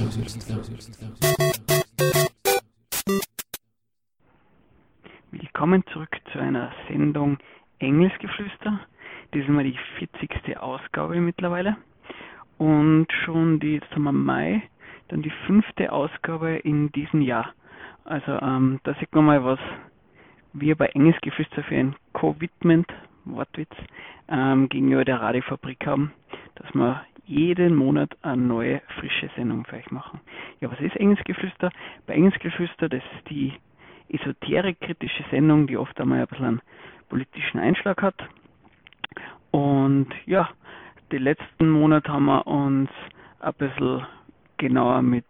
Willkommen zurück zu einer Sendung Engelsgeflüster. Das ist mal die 40. Ausgabe mittlerweile. Und schon jetzt haben wir Mai, dann die 5. Ausgabe in diesem Jahr. Also da sieht man mal, was wir bei Engelsgeflüster für ein Commitment, Wortwitz, gegenüber der Radiofabrik haben, dass wir jeden Monat eine neue, frische Sendung für euch machen. Ja, was ist Engelsgeflüster? Bei Engelsgeflüster, das ist die esoterik-kritische Sendung, die oft einmal ein bisschen einen politischen Einschlag hat. Und ja, die letzten Monate haben wir uns ein bisschen genauer mit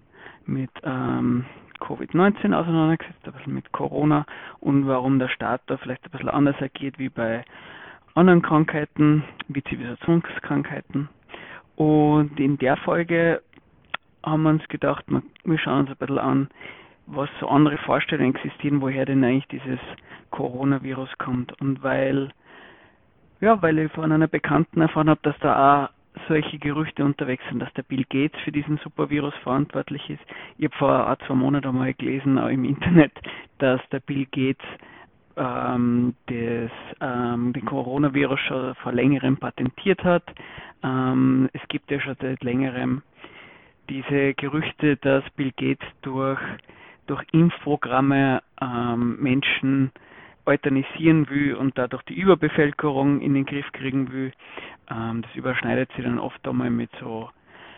Covid-19 auseinandergesetzt, ein bisschen mit Corona und warum der Staat da vielleicht ein bisschen anders agiert wie bei anderen Krankheiten, wie Zivilisationskrankheiten. Und in der Folge haben wir uns gedacht, wir schauen uns ein bisschen an, was so andere Vorstellungen existieren, woher denn eigentlich dieses Coronavirus kommt. Und weil ich von einer Bekannten erfahren habe, dass da auch solche Gerüchte unterwegs sind, dass der Bill Gates für diesen Supervirus verantwortlich ist. Ich habe vor 2 Monaten einmal gelesen, auch im Internet, dass der Bill Gates den Coronavirus schon vor längerem patentiert hat. Es gibt ja schon seit längerem diese Gerüchte, dass Bill Gates durch Impfprogramme Menschen euthanasieren will und dadurch die Überbevölkerung in den Griff kriegen will. Das überschneidet sich dann oft einmal mit so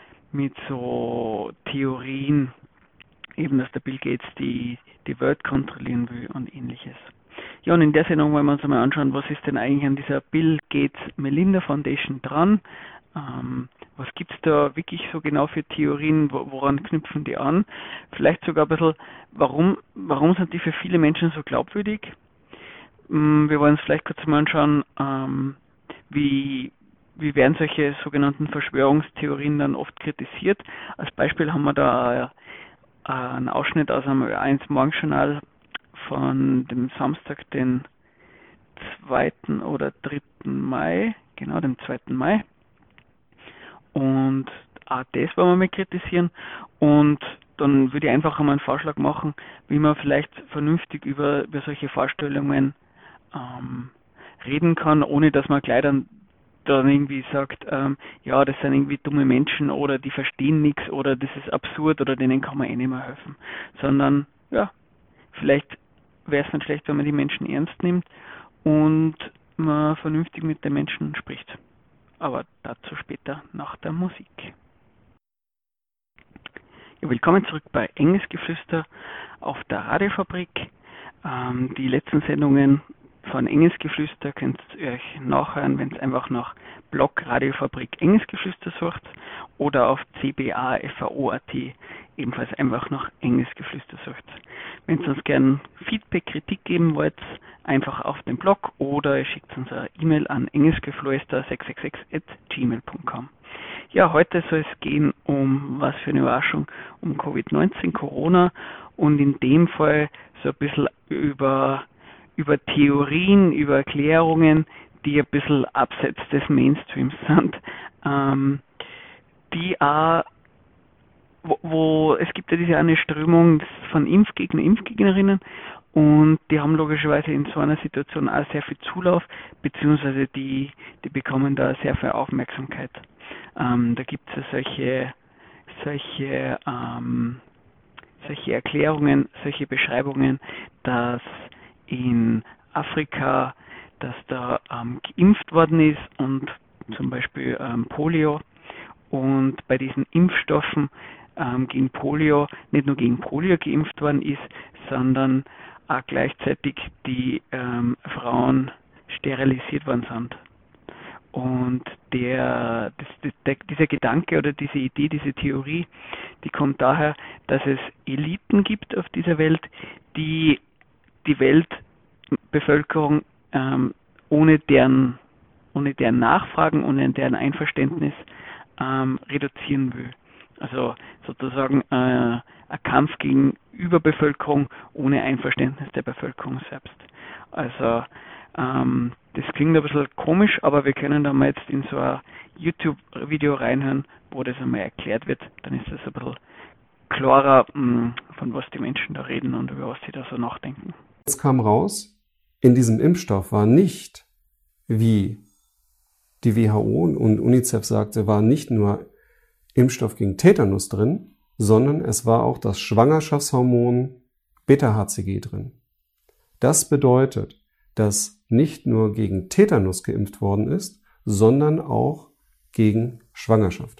Theorien, eben dass der Bill Gates die Welt kontrollieren will und ähnliches. Ja, und in der Sendung wollen wir uns einmal anschauen, was ist denn eigentlich an dieser Bill Gates Melinda Foundation dran? Was gibt es da wirklich so genau für Theorien, woran knüpfen die an? Vielleicht sogar ein bisschen, warum sind die für viele Menschen so glaubwürdig? Wir wollen uns vielleicht kurz mal anschauen, wie werden solche sogenannten Verschwörungstheorien dann oft kritisiert. Als Beispiel haben wir da einen Ausschnitt aus einem Ö1 Morgenjournal von dem Samstag, den 2. oder 3. Mai, genau, dem 2. Mai. Und auch das wollen wir mal kritisieren. Und dann würde ich einfach einmal einen Vorschlag machen, wie man vielleicht vernünftig über solche Vorstellungen reden kann, ohne dass man gleich dann irgendwie sagt, ja, das sind irgendwie dumme Menschen oder die verstehen nichts oder das ist absurd oder denen kann man eh nicht mehr helfen. Sondern, ja, vielleicht wäre es nicht schlecht, wenn man die Menschen ernst nimmt und man vernünftig mit den Menschen spricht. Aber dazu später nach der Musik. Ja, willkommen zurück bei Engelsgeflüster auf der Radiofabrik. Die letzten Sendungen von Engelsgeflüster könnt ihr euch nachhören, wenn es einfach nach Blog Radiofabrik Engelsgeflüster sucht oder auf cbafao.at ebenfalls einfach nach Engelsgeflüster sucht. Wenn ihr uns gerne Feedback, Kritik geben wollt, einfach auf den Blog oder ihr schickt uns eine E-Mail an engelsgeflüster666@gmail.com. Ja, heute soll es gehen um, was für eine Überraschung, um Covid-19, Corona und in dem Fall so ein bisschen über Theorien, über Erklärungen, die ein bisschen abseits des Mainstreams sind, die auch, wo es gibt ja diese eine Strömung von Impfgegner, Impfgegnerinnen und die haben logischerweise in so einer Situation auch sehr viel Zulauf, beziehungsweise die bekommen da sehr viel Aufmerksamkeit. Da gibt es ja solche Erklärungen, solche Beschreibungen, dass in Afrika, dass da geimpft worden ist und zum Beispiel Polio und bei diesen Impfstoffen gegen Polio nicht nur gegen Polio geimpft worden ist, sondern auch gleichzeitig die Frauen sterilisiert worden sind. Und dieser Gedanke oder diese Idee, diese Theorie, die kommt daher, dass es Eliten gibt auf dieser Welt, die Weltbevölkerung ohne deren Nachfragen, ohne deren Einverständnis reduzieren will. Also sozusagen ein Kampf gegen Überbevölkerung ohne Einverständnis der Bevölkerung selbst. Also das klingt ein bisschen komisch, aber wir können da mal jetzt in so eine YouTube-Video reinhören, wo das einmal erklärt wird, dann ist das ein bisschen klarer, von was die Menschen da reden und über was sie da so nachdenken. Jetzt kam raus, in diesem Impfstoff war nicht, wie die WHO und UNICEF sagte, war nicht nur Impfstoff gegen Tetanus drin, sondern es war auch das Schwangerschaftshormon Beta-HCG drin. Das bedeutet, dass nicht nur gegen Tetanus geimpft worden ist, sondern auch gegen Schwangerschaft.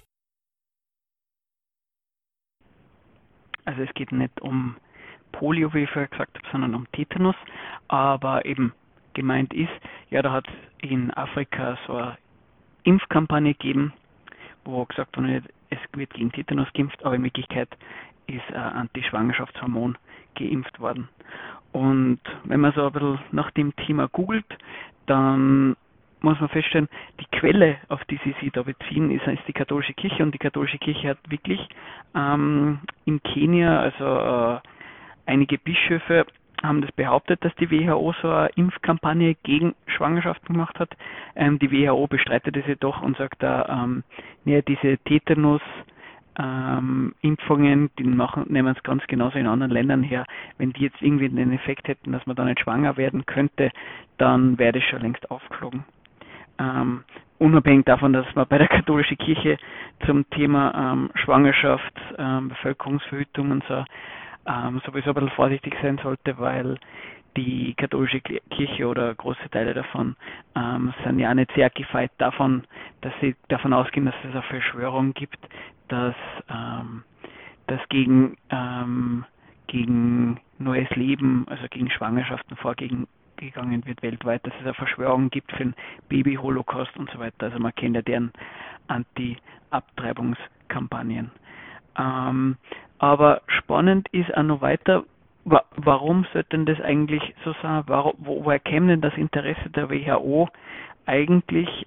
Also es geht nicht um Polio, wie ich vorher gesagt habe, sondern um Tetanus. Aber eben gemeint ist, ja, da hat es in Afrika so eine Impfkampagne gegeben, wo gesagt wurde, es wird gegen Tetanus geimpft, aber in Wirklichkeit ist ein Anti-Schwangerschaftshormon geimpft worden. Und wenn man so ein bisschen nach dem Thema googelt, dann muss man feststellen, die Quelle, auf die sie sich da beziehen, ist die katholische Kirche, und die katholische Kirche hat wirklich in Kenia, also einige Bischöfe haben das behauptet, dass die WHO so eine Impfkampagne gegen Schwangerschaften gemacht hat. Die WHO bestreitet es jedoch und sagt da, diese Tetanus Impfungen, nehmen es ganz genauso in anderen Ländern her. Wenn die jetzt irgendwie den Effekt hätten, dass man da nicht schwanger werden könnte, dann wäre das schon längst aufgeflogen. Unabhängig davon, dass man bei der katholischen Kirche zum Thema Schwangerschaft, Bevölkerungsverhütung und so sowieso ein bisschen vorsichtig sein sollte, weil die katholische Kirche oder große Teile davon sind ja nicht sehr gefeit davon, dass sie davon ausgehen, dass es eine Verschwörung gibt, dass gegen neues Leben, also gegen Schwangerschaften vorgegangen wird weltweit, dass es eine Verschwörung gibt für den Baby-Holocaust und so weiter. Also man kennt ja deren Anti-Abtreibungskampagnen. Aber spannend ist auch noch weiter, warum sollte denn das eigentlich so sein? Woher käme denn das Interesse der WHO eigentlich,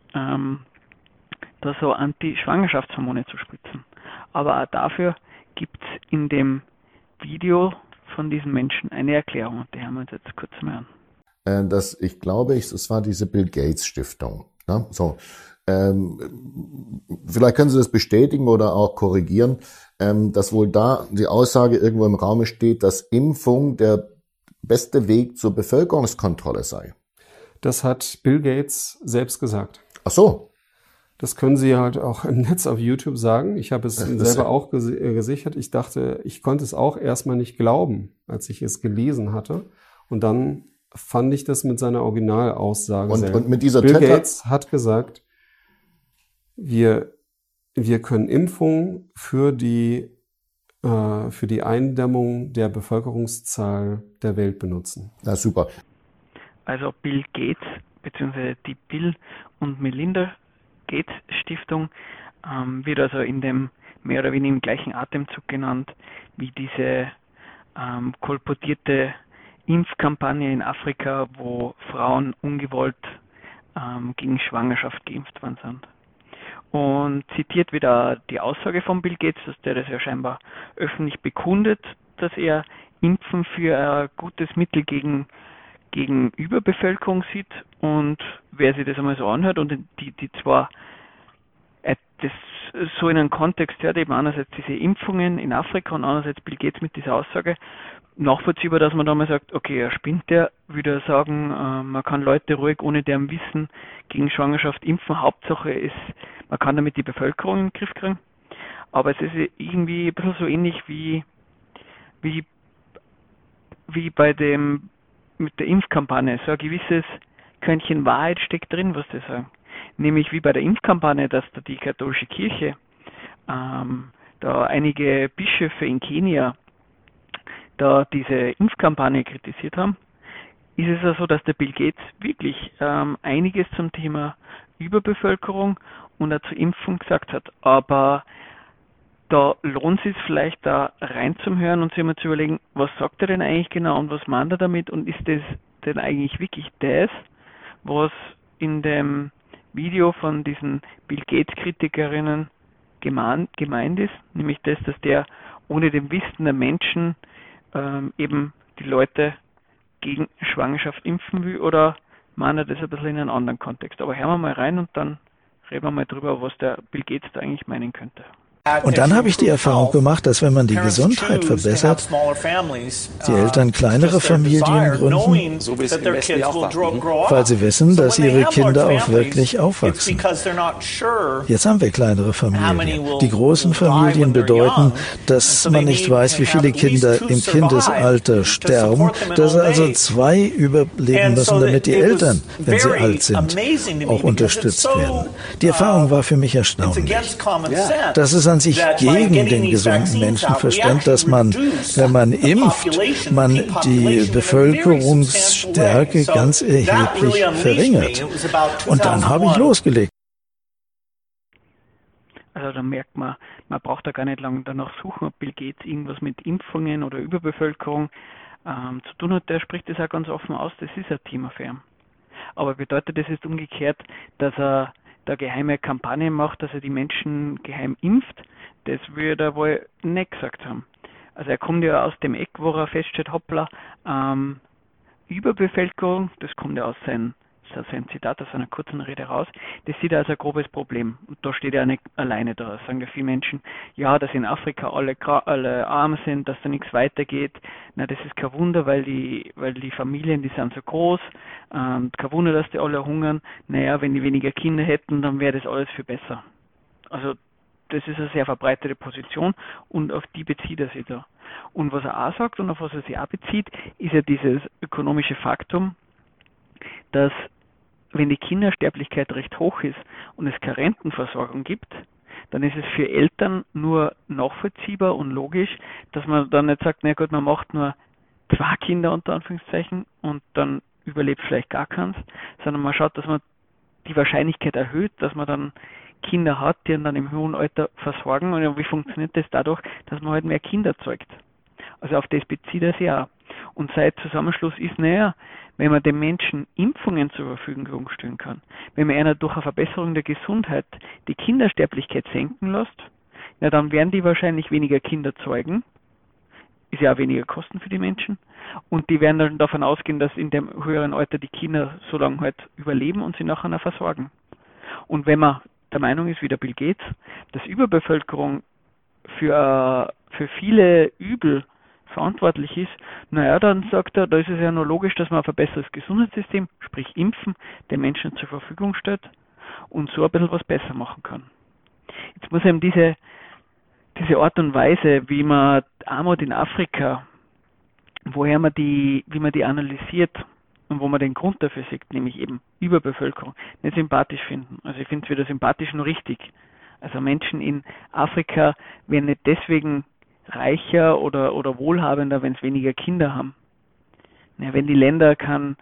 da so Anti-Schwangerschaftshormone zu spritzen? Aber auch dafür gibt es in dem Video von diesen Menschen eine Erklärung, und die haben wir uns jetzt kurz mal an. Ich glaube, es war diese Bill Gates Stiftung. Ne? So, vielleicht können Sie das bestätigen oder auch korrigieren, dass wohl da die Aussage irgendwo im Raum steht, dass Impfung der beste Weg zur Bevölkerungskontrolle sei. Das hat Bill Gates selbst gesagt. Ach so. Das können Sie halt auch im Netz auf YouTube sagen. Ich habe es selber auch gesichert. Ich dachte, ich konnte es auch erstmal nicht glauben, als ich es gelesen hatte. Und dann fand ich das mit seiner Originalaussage und mit dieser Bill Gates hat gesagt, wir können Impfungen für die Eindämmung der Bevölkerungszahl der Welt benutzen. Na super. Also Bill Gates bzw. die Bill und Melinda Gates Stiftung wird also in dem mehr oder weniger im gleichen Atemzug genannt wie diese kolportierte Impfkampagne in Afrika, wo Frauen ungewollt gegen Schwangerschaft geimpft worden sind. Und zitiert wieder die Aussage von Bill Gates, dass der das ja scheinbar öffentlich bekundet, dass er Impfen für ein gutes Mittel gegen Überbevölkerung sieht. Und wer sich das einmal so anhört und die zwar das so in einem Kontext hört, eben einerseits diese Impfungen in Afrika und andererseits Bill Gates mit dieser Aussage, nachvollziehbar, dass man da mal sagt, okay, er spinnt, der würde sagen, man kann Leute ruhig ohne deren Wissen gegen Schwangerschaft impfen. Hauptsache ist, man kann damit die Bevölkerung in den Griff kriegen. Aber es ist irgendwie ein bisschen so ähnlich wie bei mit der Impfkampagne. So ein gewisses Körnchen Wahrheit steckt drin, was die sagen. Nämlich wie bei der Impfkampagne, dass da die katholische Kirche, da einige Bischöfe in Kenia da diese Impfkampagne kritisiert haben, ist es ja so, dass der Bill Gates wirklich einiges zum Thema Überbevölkerung und auch zur Impfung gesagt hat. Aber da lohnt es sich vielleicht da reinzuhören und sich mal zu überlegen, was sagt er denn eigentlich genau und was meint er damit, und ist das denn eigentlich wirklich das, was in dem Video von diesen Bill Gates Kritikerinnen gemeint ist, nämlich das, dass der ohne dem Wissen der Menschen eben die Leute gegen Schwangerschaft impfen will, oder meint er das ein bisschen in einem anderen Kontext? Aber hören wir mal rein und dann reden wir mal drüber, was der Bill Gates da eigentlich meinen könnte. Und dann habe ich die Erfahrung gemacht, dass wenn man die Gesundheit verbessert, die Eltern kleinere Familien gründen, so wie es im Westen ja auch war. weil sie wissen, dass ihre Kinder auch wirklich aufwachsen. Jetzt haben wir kleinere Familien. Die großen Familien bedeuten, dass man nicht weiß, wie viele Kinder im Kindesalter sterben, dass also 2 überleben müssen, damit die Eltern, wenn sie alt sind, auch unterstützt werden. Die Erfahrung war für mich erstaunlich. Das ist an sich gegen den gesunden Menschenverstand, dass man, wenn man impft, man die Bevölkerungsstärke ganz erheblich verringert. Und dann habe ich losgelegt. Also da merkt man, man braucht da gar nicht lange danach suchen, ob Bill Gates irgendwas mit Impfungen oder Überbevölkerung zu tun hat. Der spricht das auch ganz offen aus, das ist ein Thema für ihn. Aber bedeutet das jetzt umgekehrt, dass er da geheime Kampagnen macht, dass er die Menschen geheim impft? Das würde er wohl nicht gesagt haben. Also er kommt ja aus dem Eck, wo er feststellt, hoppla, Überbevölkerung, das kommt ja aus sein Zitat aus einer kurzen Rede raus, das sieht er als ein grobes Problem. Und da steht er nicht alleine da. Sagen ja viele Menschen, ja, dass in Afrika alle arm sind, dass da nichts weitergeht. Na, das ist kein Wunder, weil die Familien, die sind so groß. Kein Wunder, dass die alle hungern. Naja, wenn die weniger Kinder hätten, dann wäre das alles viel besser. Also das ist eine sehr verbreitete Position und auf die bezieht er sich da. Und was er auch sagt und auf was er sich auch bezieht, ist ja dieses ökonomische Faktum, dass wenn die Kindersterblichkeit recht hoch ist und es keine Rentenversorgung gibt, dann ist es für Eltern nur nachvollziehbar und logisch, dass man dann nicht sagt, na gut, man macht nur 2 Kinder unter Anführungszeichen und dann überlebt vielleicht gar keins, sondern man schaut, dass man die Wahrscheinlichkeit erhöht, dass man dann Kinder hat, die ihn dann im hohen Alter versorgen. Und wie funktioniert das dadurch, dass man halt mehr Kinder zeugt? Also auf das bezieht er sich auch. Und sein Zusammenschluss ist, naja, wenn man den Menschen Impfungen zur Verfügung stellen kann, wenn man einer durch eine Verbesserung der Gesundheit die Kindersterblichkeit senken lässt, ja, dann werden die wahrscheinlich weniger Kinder zeugen. Ist ja auch weniger Kosten für die Menschen. Und die werden dann davon ausgehen, dass in dem höheren Alter die Kinder so lange halt überleben und sie nachher noch versorgen. Und wenn man der Meinung ist, wie der Bill Gates, dass Überbevölkerung für viele Übel verantwortlich ist, naja, dann sagt er, da ist es ja nur logisch, dass man auf ein besseres Gesundheitssystem, sprich Impfen, den Menschen zur Verfügung stellt und so ein bisschen was besser machen kann. Jetzt muss eben diese Art und Weise, wie man Armut in Afrika, wie man die analysiert und wo man den Grund dafür sieht, nämlich eben Überbevölkerung, nicht sympathisch finden. Also ich finde es weder sympathisch noch richtig. Also Menschen in Afrika werden nicht deswegen reicher oder wohlhabender, wenn es weniger Kinder haben. Ja, wenn die Länder keine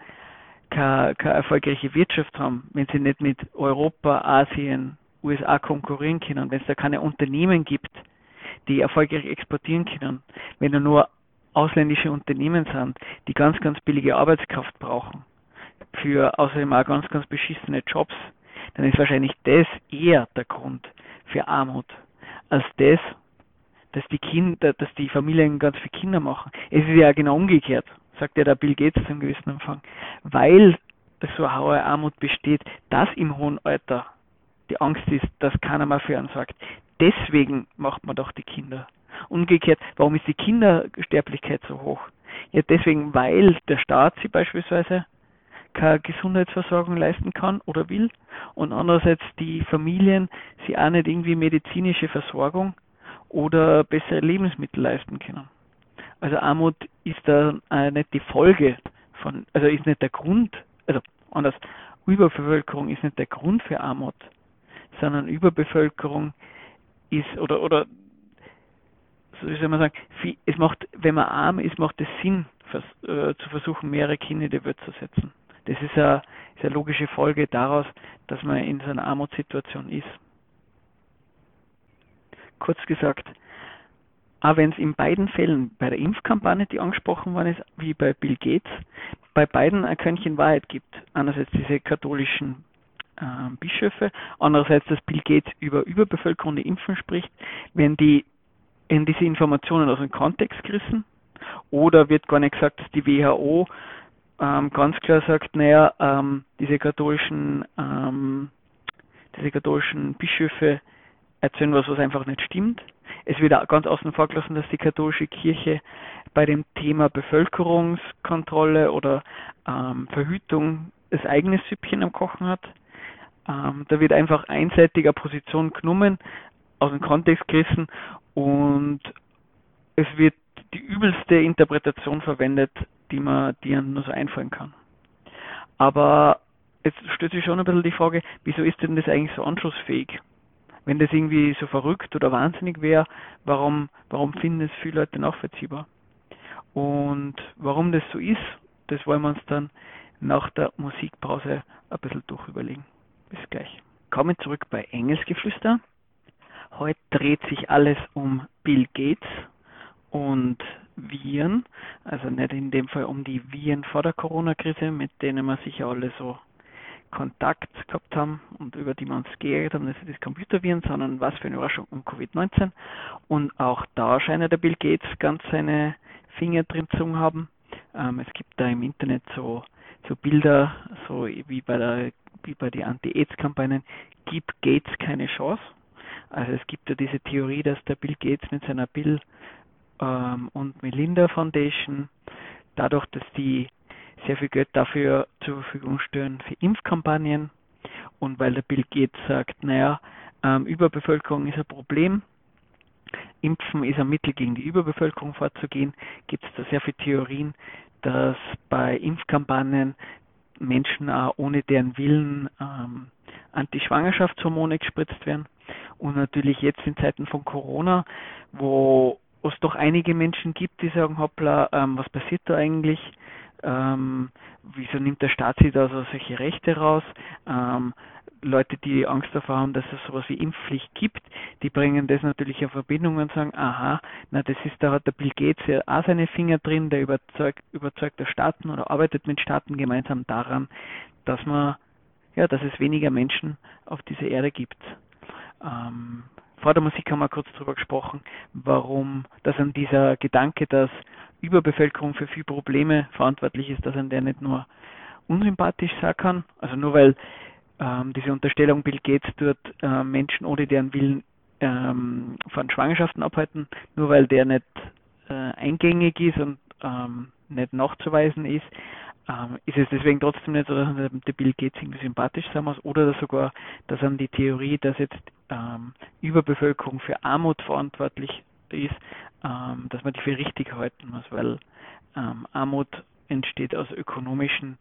erfolgreiche Wirtschaft haben, wenn sie nicht mit Europa, Asien, USA konkurrieren können, wenn es da keine Unternehmen gibt, die erfolgreich exportieren können, wenn da nur ausländische Unternehmen sind, die ganz, ganz billige Arbeitskraft brauchen, für außerdem auch ganz, ganz beschissene Jobs, dann ist wahrscheinlich das eher der Grund für Armut, als das, dass die Familien ganz viele Kinder machen. Es ist ja genau umgekehrt, sagt ja der Bill Gates zum gewissen Umfang, weil so eine hohe Armut besteht, dass im hohen Alter die Angst ist, dass keiner mehr für einen sorgt. Deswegen macht man doch die Kinder. Umgekehrt, warum ist die Kindersterblichkeit so hoch? Ja, deswegen, weil der Staat sie beispielsweise keine Gesundheitsversorgung leisten kann oder will und andererseits die Familien sie auch nicht irgendwie medizinische Versorgung oder bessere Lebensmittel leisten können. Also Armut ist da nicht die Folge von, also ist nicht der Grund, also anders, Überbevölkerung ist nicht der Grund für Armut, sondern Überbevölkerung ist, oder so soll man sagen, es macht, wenn man arm ist, macht es Sinn, zu versuchen, mehrere Kinder in die Welt zu setzen. Das ist eine logische Folge daraus, dass man in so einer Armutssituation ist. Kurz gesagt, auch wenn es in beiden Fällen, bei der Impfkampagne, die angesprochen worden ist, wie bei Bill Gates, bei beiden ein Körnchen Wahrheit gibt. Einerseits diese katholischen Bischöfe, andererseits, dass Bill Gates über Überbevölkerung und Impfen spricht, werden diese Informationen aus dem Kontext gerissen oder wird gar nicht gesagt, dass die WHO dieses katholische diese katholischen Bischöfe erzählen was einfach nicht stimmt. Es wird auch ganz außen vor gelassen, dass die katholische Kirche bei dem Thema Bevölkerungskontrolle oder Verhütung das eigene Süppchen am Kochen hat. Da wird einfach einseitig eine Position genommen, aus dem Kontext gerissen und es wird die übelste Interpretation verwendet, die einem nur so einfallen kann. Aber jetzt stellt sich schon ein bisschen die Frage, wieso ist denn das eigentlich so anschlussfähig? Wenn das irgendwie so verrückt oder wahnsinnig wäre, warum finden es viele Leute nachvollziehbar? Und warum das so ist, das wollen wir uns dann nach der Musikpause ein bisschen durchüberlegen. Bis gleich. Kommen zurück bei Engelsgeflüster. Heute dreht sich alles um Bill Gates und Viren. Also nicht in dem Fall um die Viren vor der Corona-Krise, mit denen wir sicher alle so Kontakt gehabt haben und über die wir uns geärgert haben, das sind die Computerviren, sondern was für eine Überraschung um Covid-19. Und auch da scheint der Bill Gates ganz seine Finger drin zu haben. Es gibt da im Internet so Bilder, so wie bei den Anti-AIDS-Kampagnen, gibt Gates keine Chance. Also es gibt ja diese Theorie, dass der Bill Gates mit seiner Bill und Melinda Foundation, dadurch, dass die sehr viel Geld dafür zur Verfügung stellen für Impfkampagnen und weil der Bill Gates sagt, Überbevölkerung ist ein Problem, Impfen ist ein Mittel gegen die Überbevölkerung vorzugehen, gibt es da sehr viele Theorien, dass bei Impfkampagnen Menschen auch ohne deren Willen Anti-Schwangerschaftshormone gespritzt werden. Und natürlich jetzt in Zeiten von Corona, wo es doch einige Menschen gibt, die sagen, hoppla, was passiert da eigentlich? Wieso nimmt der Staat sich da so solche Rechte raus? Leute, die Angst davor haben, dass es sowas wie Impfpflicht gibt, die bringen das natürlich in Verbindung und sagen, aha, da hat der Bill Gates ja auch seine Finger drin, der überzeugt Staaten oder arbeitet mit Staaten gemeinsam daran, dass es weniger Menschen auf dieser Erde gibt. Vor der Musik haben wir kurz darüber gesprochen, dass an dieser Gedanke, dass Überbevölkerung für viele Probleme verantwortlich ist, dass an der nicht nur unsympathisch sein kann, also nur weil diese Unterstellung, Bill Gates tut Menschen ohne deren Willen von Schwangerschaften abhalten, nur weil der nicht eingängig ist und nicht nachzuweisen ist es deswegen trotzdem nicht so, dass der Bill Gates irgendwie sympathisch sein muss oder sogar, dass an die Theorie, dass jetzt Überbevölkerung für Armut verantwortlich ist, dass man die für richtig halten muss, weil Armut entsteht aus ökonomischen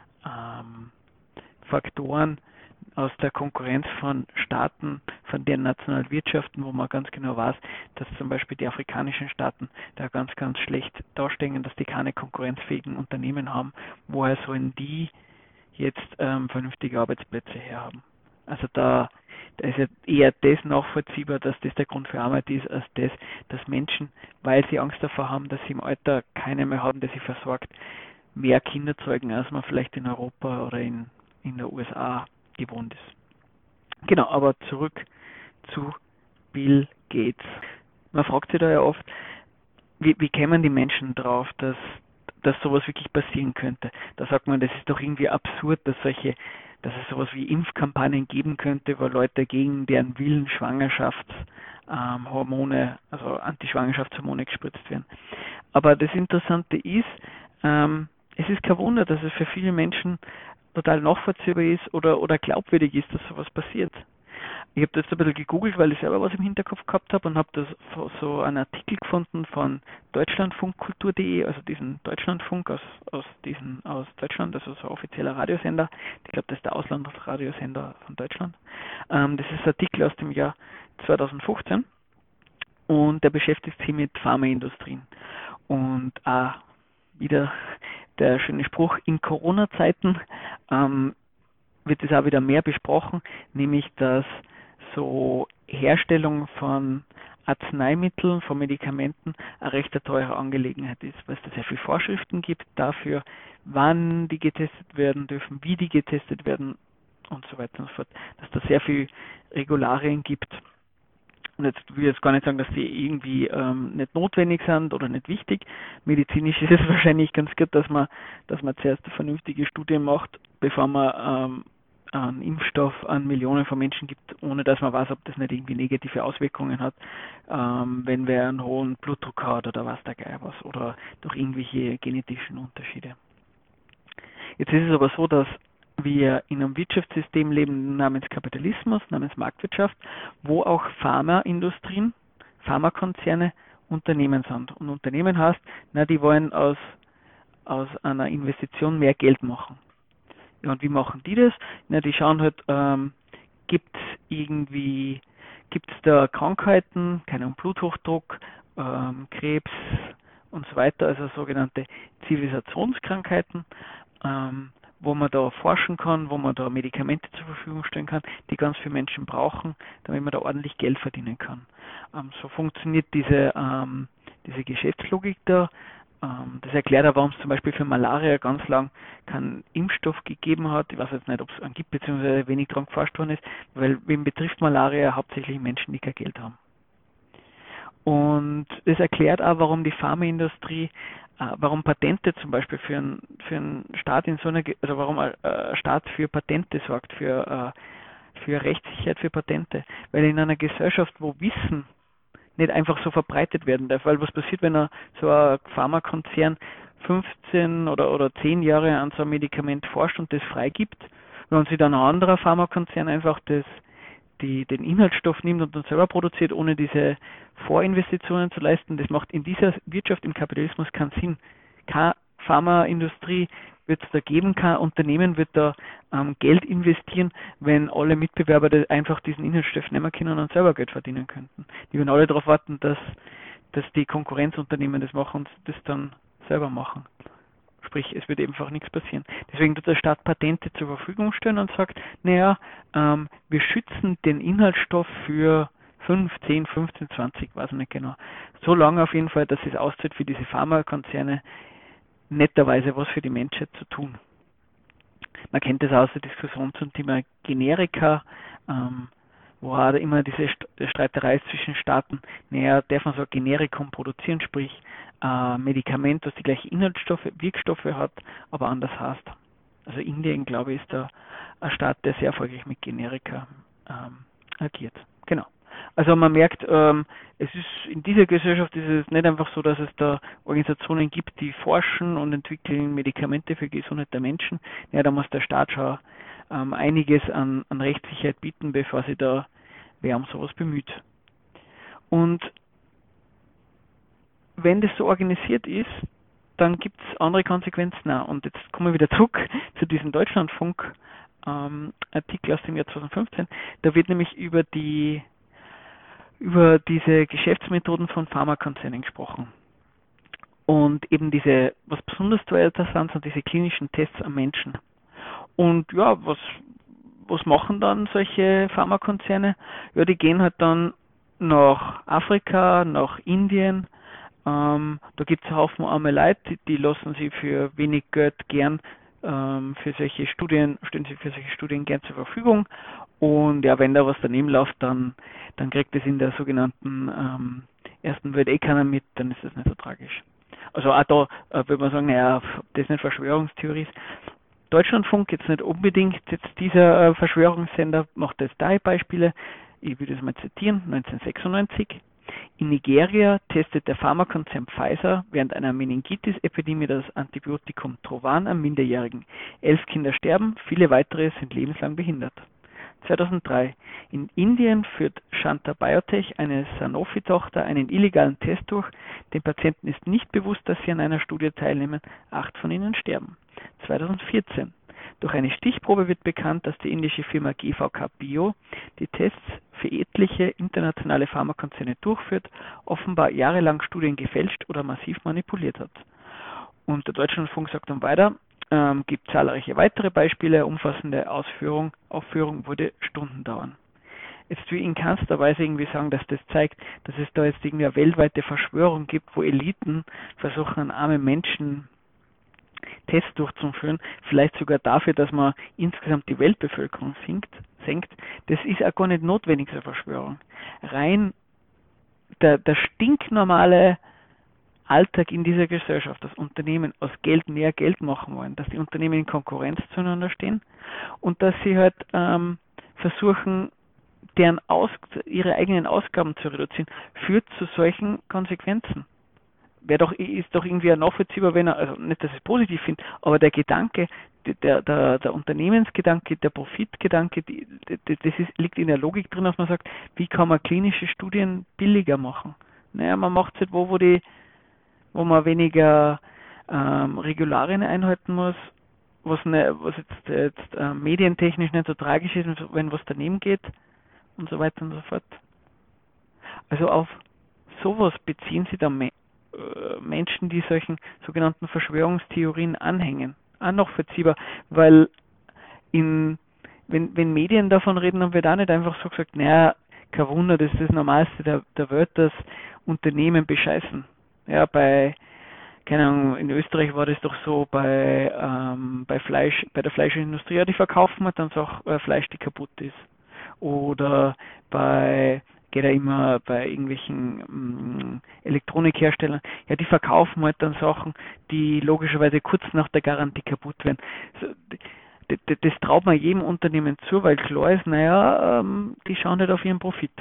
Faktoren, aus der Konkurrenz von Staaten, von deren nationalen Wirtschaften, wo man ganz genau weiß, dass zum Beispiel die afrikanischen Staaten da ganz, ganz schlecht dastehen, dass die keine konkurrenzfähigen Unternehmen haben. Woher sollen die jetzt vernünftige Arbeitsplätze herhaben? Also da ist ja eher das nachvollziehbar, dass das der Grund für Armut ist, als das, dass Menschen, weil sie Angst davor haben, dass sie im Alter keine mehr haben, der sie versorgt, mehr Kinder zeugen, als man vielleicht in Europa oder in der USA gewohnt ist. Genau, aber zurück zu Bill Gates. Man fragt sich da ja oft, wie kämen die Menschen drauf, dass sowas wirklich passieren könnte? Da sagt man, das ist doch irgendwie absurd, dass es sowas wie Impfkampagnen geben könnte, wo Leute gegen deren Willen Schwangerschaftshormone, also Anti-Schwangerschaftshormone gespritzt werden. Aber das Interessante ist, es ist kein Wunder, dass es für viele Menschen total nachvollziehbar ist oder glaubwürdig ist, dass sowas passiert. Ich habe das ein bisschen gegoogelt, weil ich selber was im Hinterkopf gehabt habe und habe das so einen Artikel gefunden von deutschlandfunkkultur.de, also diesen Deutschlandfunk aus Deutschland, also so ein offizieller Radiosender. Ich glaube, das ist der Auslandsradiosender von Deutschland. Das ist ein Artikel aus dem Jahr 2015 und der beschäftigt sich mit Pharmaindustrien. Und wieder der schöne Spruch, in Corona-Zeiten wird es auch wieder mehr besprochen, nämlich dass so Herstellung von Arzneimitteln, von Medikamenten eine recht teure Angelegenheit ist, weil es da sehr viele Vorschriften gibt dafür, wann die getestet werden dürfen, wie die getestet werden und so weiter und so fort, dass da sehr viele Regularien gibt. Und jetzt will ich jetzt gar nicht sagen, dass die irgendwie nicht notwendig sind oder nicht wichtig. Medizinisch ist es wahrscheinlich ganz gut, dass man zuerst eine vernünftige Studie macht, bevor man einen Impfstoff an Millionen von Menschen gibt, ohne dass man weiß, ob das nicht irgendwie negative Auswirkungen hat, wenn wer einen hohen Blutdruck hat oder was der Geier was oder durch irgendwelche genetischen Unterschiede. Jetzt ist es aber so, dass wir in einem Wirtschaftssystem leben namens Kapitalismus, namens Marktwirtschaft, wo auch Pharmaindustrien, Pharmakonzerne Unternehmen sind. Und Unternehmen heißt, die wollen aus einer Investition mehr Geld machen. Ja, und wie machen die das? Die schauen halt, gibt es da Krankheiten, keine Ahnung, Bluthochdruck, Krebs und so weiter, also sogenannte Zivilisationskrankheiten, wo man da forschen kann, wo man da Medikamente zur Verfügung stellen kann, die ganz viele Menschen brauchen, damit man da ordentlich Geld verdienen kann. So funktioniert diese Geschäftslogik da. Das erklärt auch, warum es zum Beispiel für Malaria ganz lang keinen Impfstoff gegeben hat. Ich weiß jetzt nicht, ob es einen gibt, beziehungsweise wenig daran geforscht worden ist, weil wen betrifft Malaria hauptsächlich Menschen, die kein Geld haben. Und das erklärt auch, warum die Pharmaindustrie, warum Patente zum Beispiel für einen Staat also warum ein Staat für Patente sorgt, für Rechtssicherheit für Patente. Weil in einer Gesellschaft, wo Wissen nicht einfach so verbreitet werden darf, weil was passiert, wenn so ein Pharmakonzern 15 oder 10 Jahre an so einem Medikament forscht und das freigibt, wenn sich dann ein anderer Pharmakonzern einfach den Inhaltsstoff nimmt und dann selber produziert, ohne diese Vorinvestitionen zu leisten, das macht in dieser Wirtschaft, im Kapitalismus keinen Sinn. Keine Pharmaindustrie wird es da geben, kein Unternehmen wird da Geld investieren, wenn alle Mitbewerber einfach diesen Inhaltsstoff nehmen können und selber Geld verdienen könnten. Die werden alle darauf warten, dass die Konkurrenzunternehmen das machen und das dann selber machen. Sprich, es wird einfach nichts passieren. Deswegen tut der Staat Patente zur Verfügung stellen und sagt, wir schützen den Inhaltsstoff für 5, 10, 15, 20, weiß ich nicht genau. So lange auf jeden Fall, dass es auszahlt für diese Pharmakonzerne, netterweise was für die Menschheit zu tun. Man kennt das aus der Diskussion zum Thema Generika, wo auch immer diese Streiterei ist zwischen Staaten, darf man so ein Generikum produzieren, sprich Medikament, das die gleichen Wirkstoffe hat, aber anders heißt. Also Indien, glaube ich, ist da ein Staat, der sehr erfolgreich mit Generika agiert. Genau. Also man merkt, in dieser Gesellschaft ist es nicht einfach so, dass es da Organisationen gibt, die forschen und entwickeln Medikamente für die Gesundheit der Menschen. Ja, da muss der Staat schon einiges an Rechtssicherheit bieten, bevor sich da wer um sowas bemüht. Und wenn das so organisiert ist, dann gibt es andere Konsequenzen auch. Und jetzt kommen wir wieder zurück zu diesem Deutschlandfunk Artikel aus dem Jahr 2015. Da wird nämlich über diese Geschäftsmethoden von Pharmakonzernen gesprochen. Und eben was besonders teuer sind diese klinischen Tests am Menschen. Und ja, was machen dann solche Pharmakonzerne? Ja, die gehen halt dann nach Afrika, nach Indien. Da gibt es einen Haufen arme Leute, die lassen sie für wenig Geld gern für solche Studien, stehen sie für solche Studien gern zur Verfügung. Und ja, wenn da was daneben läuft, dann kriegt es in der sogenannten ersten Welt keiner mit, dann ist das nicht so tragisch. Also auch da würde man sagen, ob das nicht Verschwörungstheorie ist. Deutschlandfunk jetzt nicht unbedingt, jetzt dieser Verschwörungssender macht jetzt drei Beispiele. Ich würde es mal zitieren, 1996. In Nigeria testet der Pharmakonzern Pfizer während einer Meningitis-Epidemie das Antibiotikum Trovan an Minderjährigen. 11 Kinder sterben, viele weitere sind lebenslang behindert. 2003. In Indien führt Shanta Biotech, eine Sanofi-Tochter, einen illegalen Test durch. Den Patienten ist nicht bewusst, dass sie an einer Studie teilnehmen. 8 von ihnen sterben. 2014. Durch eine Stichprobe wird bekannt, dass die indische Firma GVK Bio die Tests für etliche internationale Pharmakonzerne durchführt, offenbar jahrelang Studien gefälscht oder massiv manipuliert hat. Und der Deutschlandfunk sagt dann weiter, gibt zahlreiche weitere Beispiele, umfassende Aufführung würde Stunden dauern. Jetzt will ich in keinster Weise irgendwie sagen, dass das zeigt, dass es da jetzt irgendwie eine weltweite Verschwörung gibt, wo Eliten versuchen, an arme Menschen Tests durchzuführen, vielleicht sogar dafür, dass man insgesamt die Weltbevölkerung senkt. Das ist auch gar nicht notwendig, so eine Verschwörung. Rein der stinknormale Alltag in dieser Gesellschaft, dass Unternehmen aus Geld mehr Geld machen wollen, dass die Unternehmen in Konkurrenz zueinander stehen und dass sie halt versuchen, ihre eigenen Ausgaben zu reduzieren, führt zu solchen Konsequenzen. Ist doch irgendwie nachvollziehbar, also nicht, dass ich es positiv finde, aber der Gedanke, der Unternehmensgedanke, der Profitgedanke, liegt in der Logik drin, dass man sagt, wie kann man klinische Studien billiger machen? Naja, man macht es halt wo man weniger Regularien einhalten muss, was jetzt medientechnisch nicht so tragisch ist, wenn was daneben geht und so weiter und so fort. Also auf sowas beziehen sich dann Menschen, die solchen sogenannten Verschwörungstheorien anhängen. Auch nachvollziehbar, weil wenn Medien davon reden, dann wird auch nicht einfach so gesagt, naja, kein Wunder, das ist das Normalste der Welt, dass Unternehmen bescheißen. Ja, keine Ahnung, in Österreich war das doch so bei der Fleischindustrie, ja, die verkaufen halt dann auch Fleisch, die kaputt ist. Oder geht ja immer bei irgendwelchen Elektronikherstellern, ja, die verkaufen halt dann Sachen, die logischerweise kurz nach der Garantie kaputt werden. Das traut man jedem Unternehmen zu, weil klar ist, naja, die schauen halt auf ihren Profit.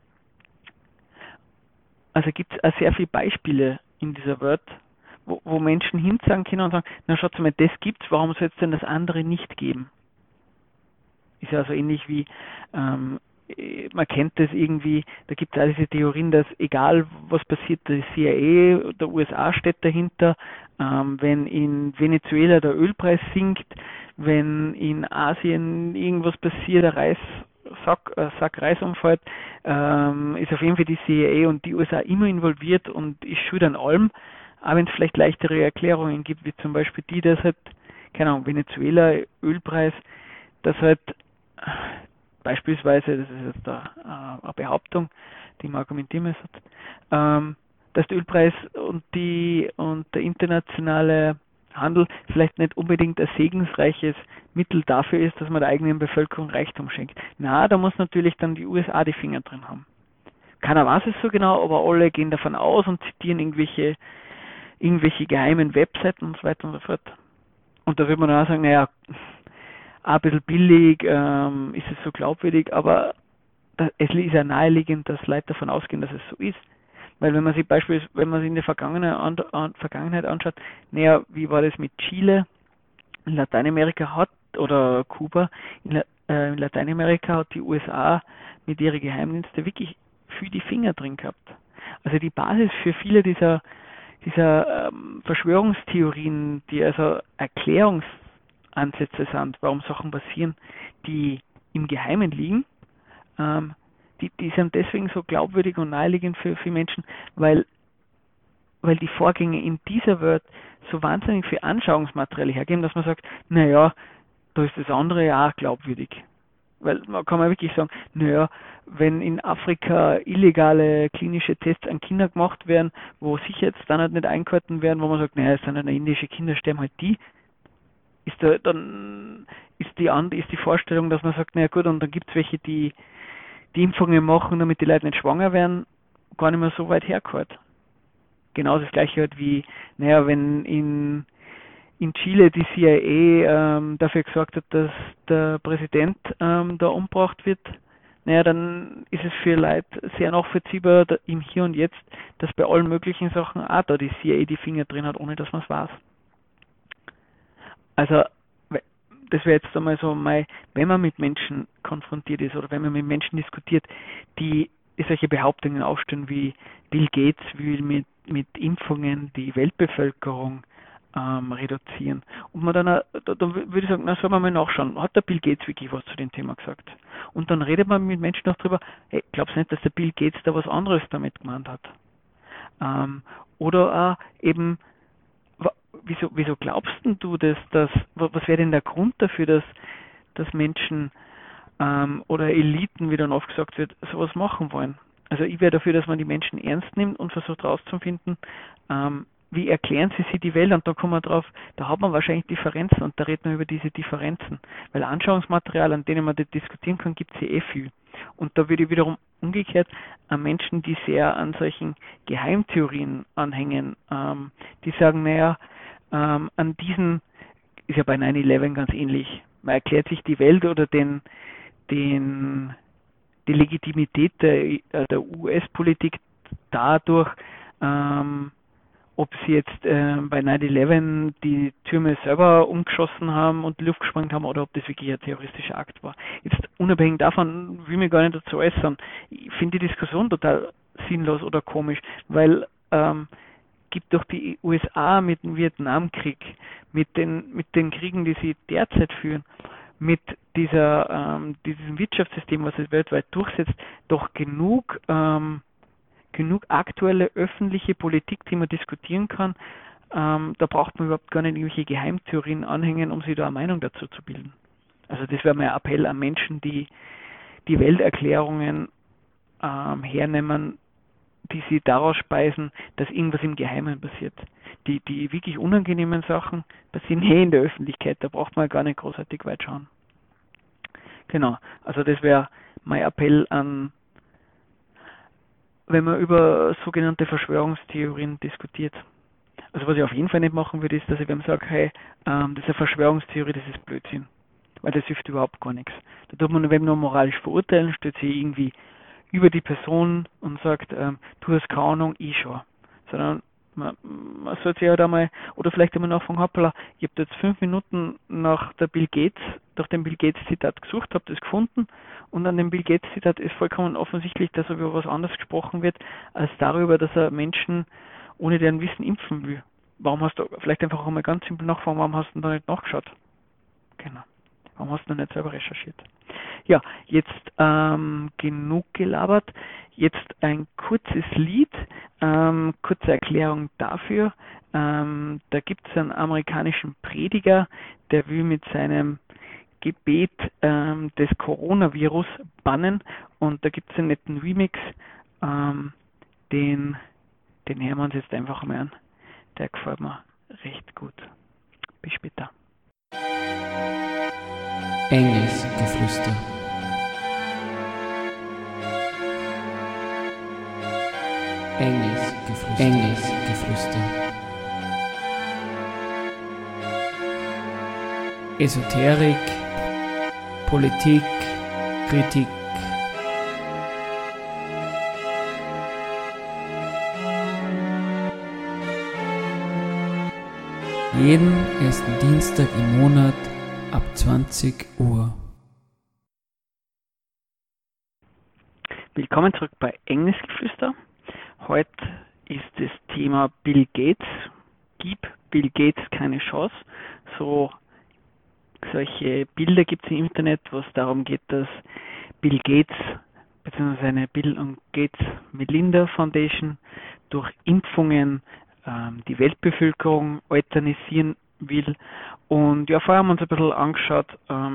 Also gibt es auch sehr viele Beispiele in dieser Welt, wo Menschen hinsagen können und sagen, na schaut mal, das gibt's, warum soll es denn das andere nicht geben? Ist ja so ähnlich wie, man kennt das irgendwie, da gibt es auch diese Theorien, dass egal was passiert, die CIA der USA steht dahinter, wenn in Venezuela der Ölpreis sinkt, wenn in Asien irgendwas passiert, der Sack Reis umfällt, ist auf jeden Fall die CIA und die USA immer involviert und ist schuld an allem, auch wenn es vielleicht leichtere Erklärungen gibt, wie zum Beispiel die, dass halt, keine Ahnung, Venezuela, Ölpreis, dass halt beispielsweise, das ist jetzt eine Behauptung, die man argumentieren muss, dass der Ölpreis und der internationale Handel vielleicht nicht unbedingt ein segensreiches Mittel dafür ist, dass man der eigenen Bevölkerung Reichtum schenkt. Na, da muss natürlich dann die USA die Finger drin haben. Keiner weiß es so genau, aber alle gehen davon aus und zitieren irgendwelche geheimen Webseiten und so weiter und so fort. Und da würde man dann auch sagen, naja, ein bisschen billig, ist es so glaubwürdig, aber es ist ja naheliegend, dass Leute davon ausgehen, dass es so ist. Weil wenn man sich in der Vergangenheit anschaut, naja, wie war das mit Chile in Lateinamerika oder Kuba in Lateinamerika hat die USA mit ihren Geheimdiensten wirklich viel die Finger drin gehabt. Also die Basis für viele dieser Verschwörungstheorien, die also Erklärungsansätze sind, warum Sachen passieren, die im Geheimen liegen, die sind deswegen so glaubwürdig und naheliegend für Menschen, weil die Vorgänge in dieser Welt so wahnsinnig viel Anschauungsmaterial hergeben, dass man sagt, naja, da ist das andere ja auch glaubwürdig. Weil man kann wirklich sagen, naja, wenn in Afrika illegale klinische Tests an Kinder gemacht werden, wo Sicherheitsstandards nicht eingehalten werden, wo man sagt, naja, es sind ja indische Kinder, sterben halt die, ist die Vorstellung, dass man sagt, naja gut, und dann gibt es welche, die Impfungen machen, damit die Leute nicht schwanger werden, gar nicht mehr so weit hergehört. Genauso das gleiche halt wie, naja, wenn in Chile die CIA dafür gesorgt hat, dass der Präsident da umgebracht wird, naja, dann ist es für Leute sehr nachvollziehbar im Hier und Jetzt, dass bei allen möglichen Sachen auch da die CIA die Finger drin hat, ohne dass man es weiß. Also das wäre jetzt einmal so wenn man mit Menschen konfrontiert ist oder wenn man mit Menschen diskutiert, die solche Behauptungen aufstellen wie Bill Gates will mit Impfungen die Weltbevölkerung reduzieren. Und man dann würde ich sagen, na, sollen wir mal nachschauen, hat der Bill Gates wirklich was zu dem Thema gesagt? Und dann redet man mit Menschen noch drüber, hey, glaubst du nicht, dass der Bill Gates da was anderes damit gemeint hat? Oder eben, wieso glaubst denn du, was wäre denn der Grund dafür, dass Menschen oder Eliten, wie dann oft gesagt wird, sowas machen wollen? Also ich wäre dafür, dass man die Menschen ernst nimmt und versucht herauszufinden, wie erklären sie sich die Welt, und da kommen wir drauf, da hat man wahrscheinlich Differenzen und da redet man über diese Differenzen, weil Anschauungsmaterial, an denen man das diskutieren kann, gibt es ja viel. Und da würde ich wiederum umgekehrt Menschen, die sehr an solchen Geheimtheorien anhängen, die sagen, naja, an diesen, ist ja bei 9/11 ganz ähnlich, man erklärt sich die Welt oder die Legitimität der US-Politik dadurch, ob sie jetzt bei 9/11 die Türme selber umgeschossen haben und die Luft gesprengt haben oder ob das wirklich ein terroristischer Akt war. Jetzt unabhängig davon will ich mich gar nicht dazu äußern. Ich finde die Diskussion total sinnlos oder komisch, weil gibt doch die USA mit dem Vietnamkrieg, mit den Kriegen, die sie derzeit führen, mit diesem Wirtschaftssystem, was es weltweit durchsetzt, doch genug aktuelle öffentliche Politik, die man diskutieren kann. Da braucht man überhaupt gar nicht irgendwelche Geheimtheorien anhängen, um sich da eine Meinung dazu zu bilden. Also das wäre mein Appell an Menschen, die die Welterklärungen hernehmen, die sie daraus speisen, dass irgendwas im Geheimen passiert. Die wirklich unangenehmen Sachen passieren in der Öffentlichkeit, da braucht man gar nicht großartig weit schauen. Genau, also das wäre mein Appell an, wenn man über sogenannte Verschwörungstheorien diskutiert. Also was ich auf jeden Fall nicht machen würde, ist, dass ich sage, hey, das ist eine Verschwörungstheorie, das ist Blödsinn. Weil das hilft überhaupt gar nichts. Da tut man nur moralisch verurteilen, stellt sich irgendwie über die Person und sagt, du hast keine Ahnung, ich schon. Sondern man sollte sich halt einmal, oder vielleicht einmal nachfragen, hoppala, ich habe jetzt 5 Minuten nach dem Bill Gates Zitat gesucht, habe das gefunden und an dem Bill Gates Zitat ist vollkommen offensichtlich, dass über was anderes gesprochen wird, als darüber, dass er Menschen ohne deren Wissen impfen will. Warum hast du, vielleicht einfach auch mal ganz simpel nachfragen, warum hast du da nicht nachgeschaut? Genau. Warum hast du nicht selber recherchiert? Ja, jetzt genug gelabert. Jetzt ein kurzes Lied, kurze Erklärung dafür. Da gibt es einen amerikanischen Prediger, der will mit seinem Gebet des Coronavirus bannen und da gibt es einen netten Remix, den hören wir uns jetzt einfach mal an. Der gefällt mir recht gut. Bis später. Engelsgeflüster. Engelsgeflüster. Esoterik, Politik, Kritik. Jeden ersten Dienstag im Monat ab 20 Uhr. Willkommen zurück bei Engelsgeflüster. Heute ist das Thema Bill Gates. Gib Bill Gates keine Chance. Solche Bilder gibt es im Internet, wo es darum geht, dass Bill Gates bzw. eine Bill und Gates Melinda Foundation durch Impfungen die Weltbevölkerung euthanasieren will. Und ja, vorher haben wir uns ein bisschen angeschaut,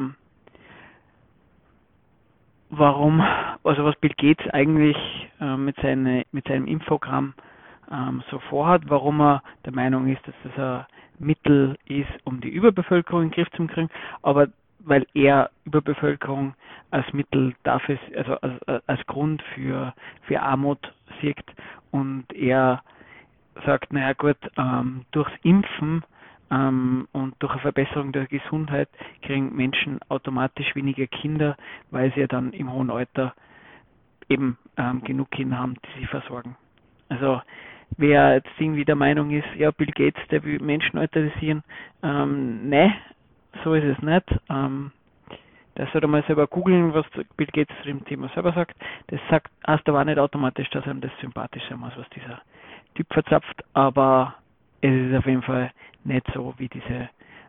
was Bill Gates eigentlich mit seinem Impfprogramm so vorhat, warum er der Meinung ist, dass das ein Mittel ist, um die Überbevölkerung in den Griff zu kriegen, aber weil er Überbevölkerung als Mittel dafür, also als Grund für Armut sieht und er sagt, naja gut, durchs Impfen und durch eine Verbesserung der Gesundheit kriegen Menschen automatisch weniger Kinder, weil sie ja dann im hohen Alter eben genug Kinder haben, die sie versorgen. Also wer jetzt irgendwie der Meinung ist, ja, Bill Gates, der will Menschen euthanasieren, nein, so ist es nicht. Der sollte mal selber googeln, was Bill Gates zu dem Thema selber sagt. Das heißt aber auch nicht automatisch, dass einem das sympathisch sein muss, was dieser Typ verzapft, aber es ist auf jeden Fall nicht so, wie diese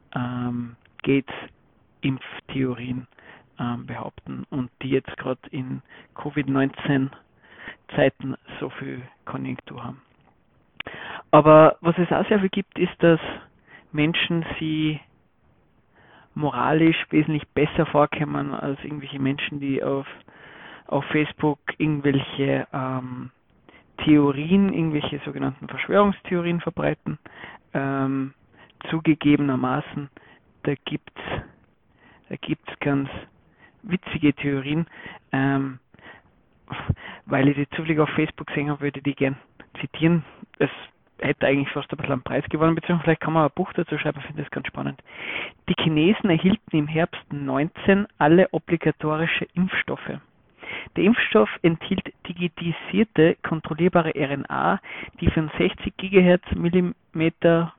Gates-Impftheorien behaupten und die jetzt gerade in Covid-19-Zeiten so viel Konjunktur haben. Aber was es auch sehr viel gibt, ist, dass Menschen sie moralisch wesentlich besser vorkommen als irgendwelche Menschen, die auf Facebook irgendwelche Theorien, irgendwelche sogenannten Verschwörungstheorien verbreiten. Zugegebenermaßen, da gibt's ganz witzige Theorien. weil ich die zufällig auf Facebook gesehen habe, würde ich die gern zitieren. Es hätte eigentlich fast ein bisschen einen Preis gewonnen, beziehungsweise vielleicht kann man ein Buch dazu schreiben, ich finde das ganz spannend. Die Chinesen erhielten im Herbst 19 alle obligatorische Impfstoffe. Der Impfstoff enthielt digitisierte, kontrollierbare RNA, die von 60 GHz Millimeter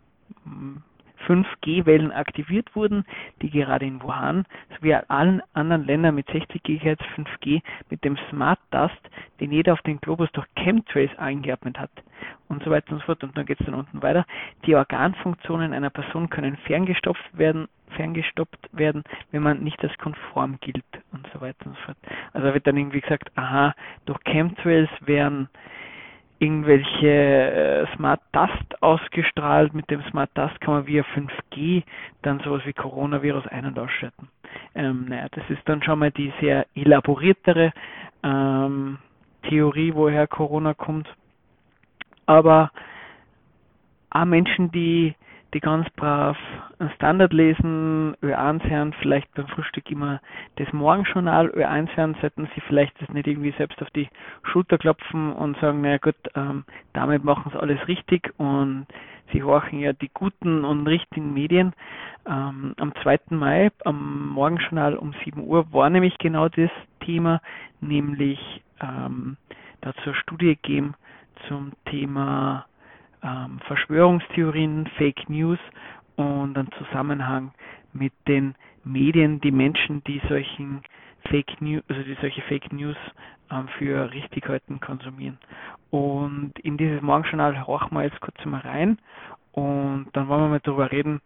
5G-Wellen aktiviert wurden, die gerade in Wuhan sowie allen anderen Ländern mit 60 GHz 5G mit dem Smart Dust, den jeder auf den Globus durch Chemtrails eingeatmet hat und so weiter und so fort. Und dann geht es dann unten weiter. Die Organfunktionen einer Person können ferngestoppt werden, wenn man nicht als konform gilt und so weiter und so fort. Also wird dann irgendwie gesagt, aha, durch Chemtrails werden irgendwelche Smart Dust ausgestrahlt. Mit dem Smart Dust kann man via 5G dann sowas wie Coronavirus ein- und ausschalten. Das ist dann schon mal die sehr elaboriertere Theorie, woher Corona kommt. Aber auch Menschen, die ganz brav einen Standard lesen, Ö1 hören, vielleicht beim Frühstück immer das Morgenjournal Ö1 hören, sollten sie vielleicht das nicht irgendwie selbst auf die Schulter klopfen und sagen, naja gut, damit machen sie alles richtig und sie horchen ja die guten und richtigen Medien. Am 2. Mai, am Morgenjournal um 7 Uhr, war nämlich genau das Thema, nämlich dazu eine Studie gegeben zum Thema Verschwörungstheorien, Fake News und einen Zusammenhang mit den Medien, die Menschen, die solche Fake News für richtig halten, konsumieren. Und in dieses Morgenjournal horchen wir jetzt kurz mal rein und dann wollen wir mal darüber reden,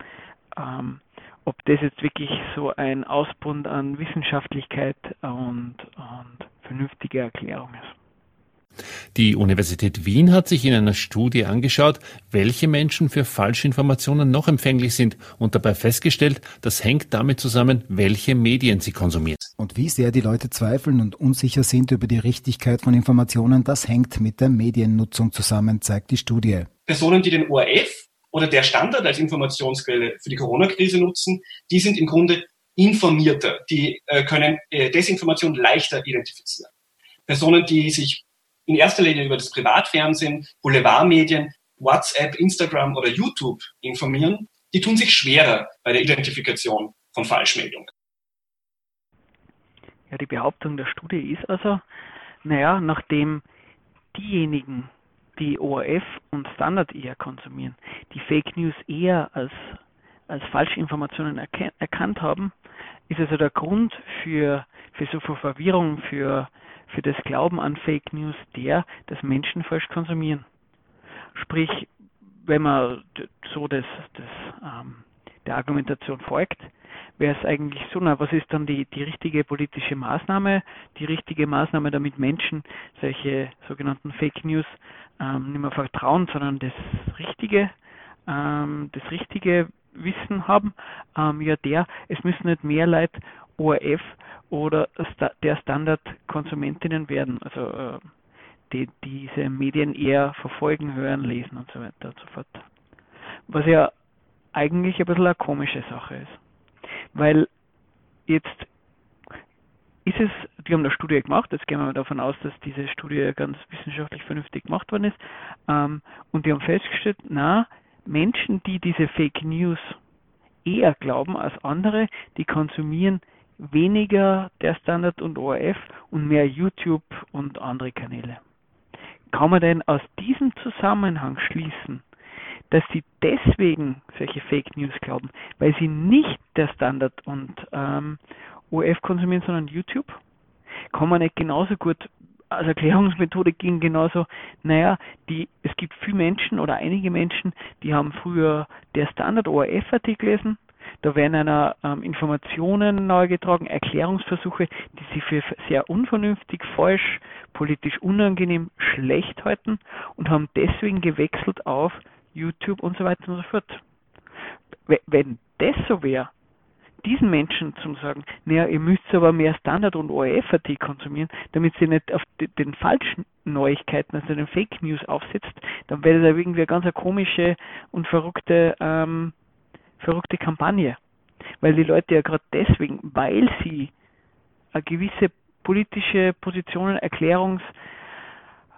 ob das jetzt wirklich so ein Ausbund an Wissenschaftlichkeit und vernünftige Erklärung ist. Die Universität Wien hat sich in einer Studie angeschaut, welche Menschen für Falschinformationen noch empfänglich sind und dabei festgestellt, das hängt damit zusammen, welche Medien sie konsumieren. Und wie sehr die Leute zweifeln und unsicher sind über die Richtigkeit von Informationen, das hängt mit der Mediennutzung zusammen, zeigt die Studie. Personen, die den ORF oder der Standard als Informationsquelle für die Corona-Krise nutzen, die sind im Grunde informierter, die können Desinformation leichter identifizieren. Personen, die sich in erster Linie über das Privatfernsehen, Boulevardmedien, WhatsApp, Instagram oder YouTube informieren, die tun sich schwerer bei der Identifikation von Falschmeldungen. Ja, die Behauptung der Studie ist also, nachdem diejenigen, die ORF und Standard eher konsumieren, die Fake News eher als Falschinformationen erkannt haben, ist also der Grund für so viel Verwirrung, für das Glauben an Fake News dass Menschen falsch konsumieren. Sprich, wenn man so der Argumentation folgt, wäre es eigentlich so, was ist dann die richtige politische Maßnahme? Die richtige Maßnahme, damit Menschen solche sogenannten Fake News nicht mehr vertrauen, sondern das richtige Wissen haben, es müssen nicht mehr Leute ORF oder der Standard-Konsumentinnen werden, also die diese Medien eher verfolgen, hören, lesen und so weiter und so fort. Was ja eigentlich ein bisschen eine komische Sache ist. Weil jetzt ist es, die haben eine Studie gemacht, jetzt gehen wir davon aus, dass diese Studie ganz wissenschaftlich vernünftig gemacht worden ist, und die haben festgestellt, Menschen, die diese Fake News eher glauben als andere, die konsumieren weniger der Standard und ORF und mehr YouTube und andere Kanäle. Kann man denn aus diesem Zusammenhang schließen, dass sie deswegen solche Fake News glauben, weil sie nicht der Standard und ORF konsumieren, sondern YouTube? Kann man nicht genauso gut als Erklärungsmethode ging genauso, es gibt viele Menschen oder einige Menschen, die haben früher der Standard ORF-Artikel gelesen. Da werden einer Informationen nahgetragen, Erklärungsversuche, die sie für sehr unvernünftig, falsch, politisch unangenehm, schlecht halten und haben deswegen gewechselt auf YouTube und so weiter und so fort. Wenn das so wäre, diesen Menschen zu sagen, ihr müsst aber mehr Standard- und ORF-Artikel konsumieren, damit sie nicht auf den falschen Neuigkeiten, also den Fake News aufsetzt, dann wäre das irgendwie eine ganz komische und verrückte Kampagne. Weil die Leute ja gerade deswegen, weil sie eine gewisse politische Positionen,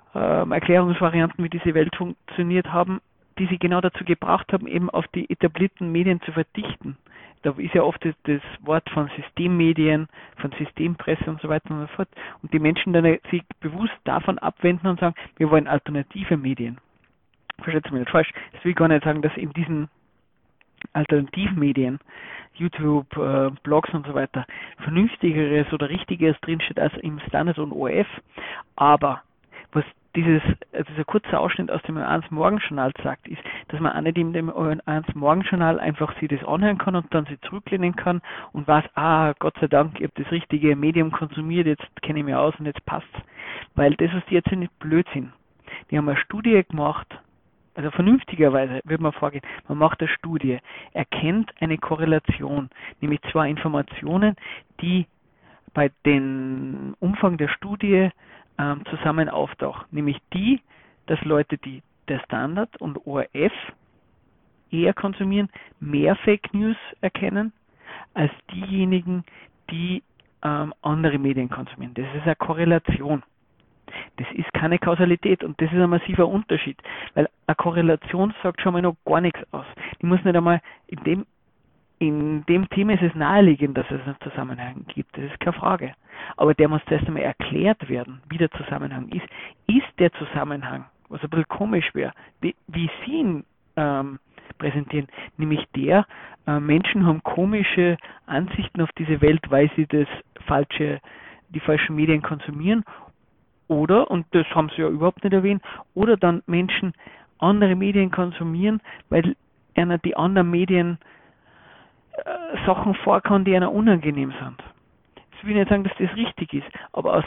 Erklärungsvarianten, wie diese Welt funktioniert haben, die sie genau dazu gebracht haben, eben auf die etablierten Medien zu verdichten. Da ist ja oft das Wort von Systemmedien, von Systempresse und so weiter und so fort. Und die Menschen dann sich bewusst davon abwenden und sagen, wir wollen alternative Medien. Versteht mich nicht falsch. Das will ich gar nicht sagen, dass in diesen Alternativmedien, YouTube, Blogs und so weiter, vernünftigeres oder richtigeres drinsteht als im Standard und ORF. Aber was dieser kurze Ausschnitt aus dem Ö1-Morgenjournal sagt, ist, dass man auch nicht in dem Ö1-Morgenjournal einfach sich das anhören kann und dann sich zurücklehnen kann und weiß, Gott sei Dank, ich habe das richtige Medium konsumiert, jetzt kenne ich mich aus und jetzt passt's. Weil das, was die jetzt nicht Blödsinn. Die haben eine Studie gemacht, also vernünftigerweise würde man vorgehen, man macht eine Studie, erkennt eine Korrelation, nämlich zwei Informationen, die bei dem Umfang der Studie zusammen auftauchen, nämlich die, dass Leute, die der Standard und ORF eher konsumieren, mehr Fake News erkennen, als diejenigen, die andere Medien konsumieren. Das ist eine Korrelation. Das ist keine Kausalität und das ist ein massiver Unterschied, weil eine Korrelation sagt schon mal noch gar nichts aus. Die muss nicht einmal, in dem Thema ist es naheliegend, dass es einen Zusammenhang gibt, das ist keine Frage. Aber der muss zuerst einmal erklärt werden, wie der Zusammenhang ist. Ist der Zusammenhang, was ein bisschen komisch wäre, wie Sie ihn präsentieren, nämlich Menschen haben komische Ansichten auf diese Welt, weil sie die falschen Medien konsumieren. Oder, und das haben Sie ja überhaupt nicht erwähnt, oder dann Menschen andere Medien konsumieren, weil ihnen die anderen Medien Sachen vorkommen, die ihnen unangenehm sind. Ich will nicht sagen, dass das richtig ist, aber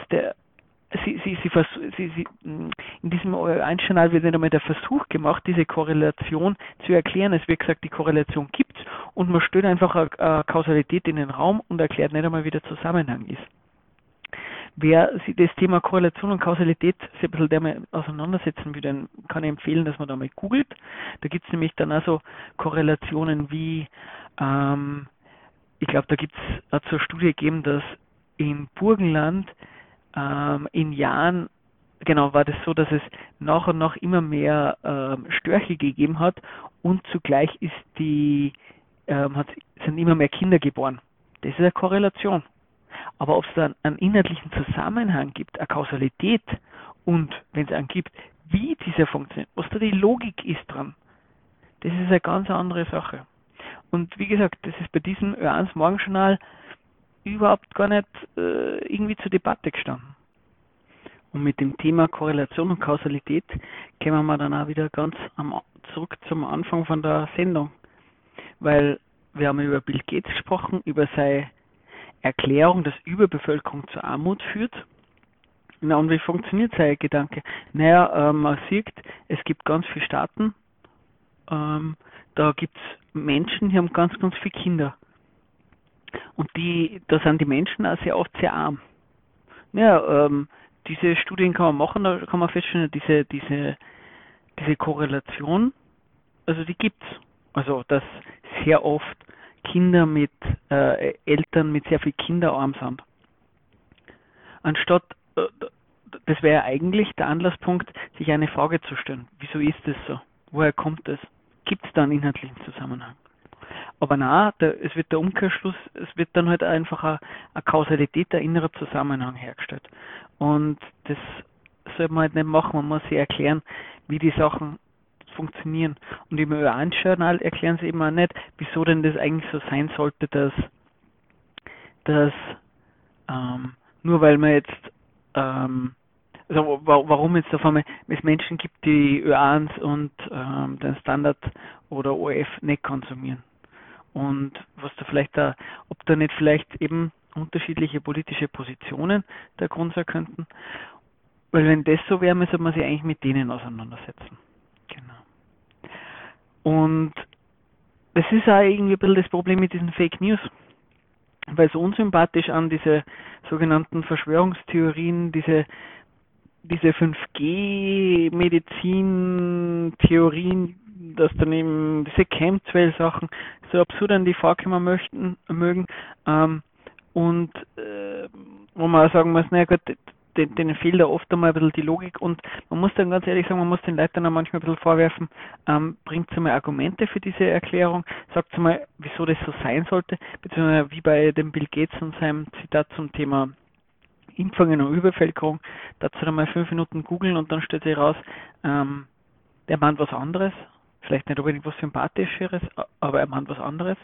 in diesem Ö1-Journal wird nicht einmal der Versuch gemacht, diese Korrelation zu erklären. Es wird gesagt, die Korrelation gibt es und man stellt einfach eine Kausalität in den Raum und erklärt nicht einmal, wie der Zusammenhang ist. Wer sich das Thema Korrelation und Kausalität sich ein bisschen damit auseinandersetzen will, dann kann ich empfehlen, dass man da mal googelt. Da gibt es nämlich dann auch so Korrelationen wie, ich glaube, da hat es eine Studie gegeben, dass im Burgenland in Jahren, genau, war das so, dass es nach und nach immer mehr Störche gegeben hat und zugleich sind immer mehr Kinder geboren. Das ist eine Korrelation. Aber ob es dann einen inhaltlichen Zusammenhang gibt, eine Kausalität und, wenn es einen gibt, wie dieser funktioniert, was da die Logik ist dran, das ist eine ganz andere Sache. Und wie gesagt, das ist bei diesem Ö1-Morgenjournal überhaupt gar nicht irgendwie zur Debatte gestanden. Und mit dem Thema Korrelation und Kausalität kommen wir dann auch wieder ganz zurück zum Anfang von der Sendung. Weil wir haben über Bill Gates gesprochen, über seine Erklärung, dass Überbevölkerung zur Armut führt. Na, und wie funktioniert sein Gedanke? Naja, man sieht, es gibt ganz viele Staaten, da gibt es Menschen, die haben ganz, ganz viele Kinder. Und da sind die Menschen auch sehr oft sehr arm. Ja, diese Studien kann man machen, da kann man feststellen, diese Korrelation, also die gibt's. Also, dass sehr oft Kinder mit Eltern mit sehr viel kinderarm sind. Anstatt, das wäre eigentlich der Anlasspunkt, sich eine Frage zu stellen. Wieso ist das so? Woher kommt das? Gibt es da einen inhaltlichen Zusammenhang? Aber es wird der Umkehrschluss, es wird dann halt einfach eine Kausalität, der innere Zusammenhang hergestellt. Und das sollte man halt nicht machen, man muss sich erklären, wie die Sachen funktionieren. Und im Ö1-Journal erklären sie eben auch nicht, wieso denn das eigentlich so sein sollte, dass nur weil man jetzt also warum jetzt auf einmal es Menschen gibt, die Ö1 und den Standard oder ORF nicht konsumieren. Und was da vielleicht ob da nicht vielleicht eben unterschiedliche politische Positionen der Grund sein könnten. Weil wenn das so wäre, müsste man sich eigentlich mit denen auseinandersetzen. Genau. Und das ist auch irgendwie ein bisschen das Problem mit diesen Fake News. Weil so unsympathisch an diese sogenannten Verschwörungstheorien, diese 5G-Medizin-Theorien, dass dann eben diese Chemtrail-Sachen so absurd an die vorkommen mögen, und wo man auch sagen muss, naja gut, denen fehlt da oft einmal ein bisschen die Logik und man muss dann ganz ehrlich sagen, man muss den Leuten auch manchmal ein bisschen vorwerfen, bringt mal Argumente für diese Erklärung, sagt mal, wieso das so sein sollte, beziehungsweise wie bei dem Bill Gates und seinem Zitat zum Thema Impfungen und Überbevölkerung, dazu dann mal 5 Minuten googeln und dann stellt sich raus, der meint was anderes, vielleicht nicht unbedingt was Sympathischeres, aber er meint was anderes.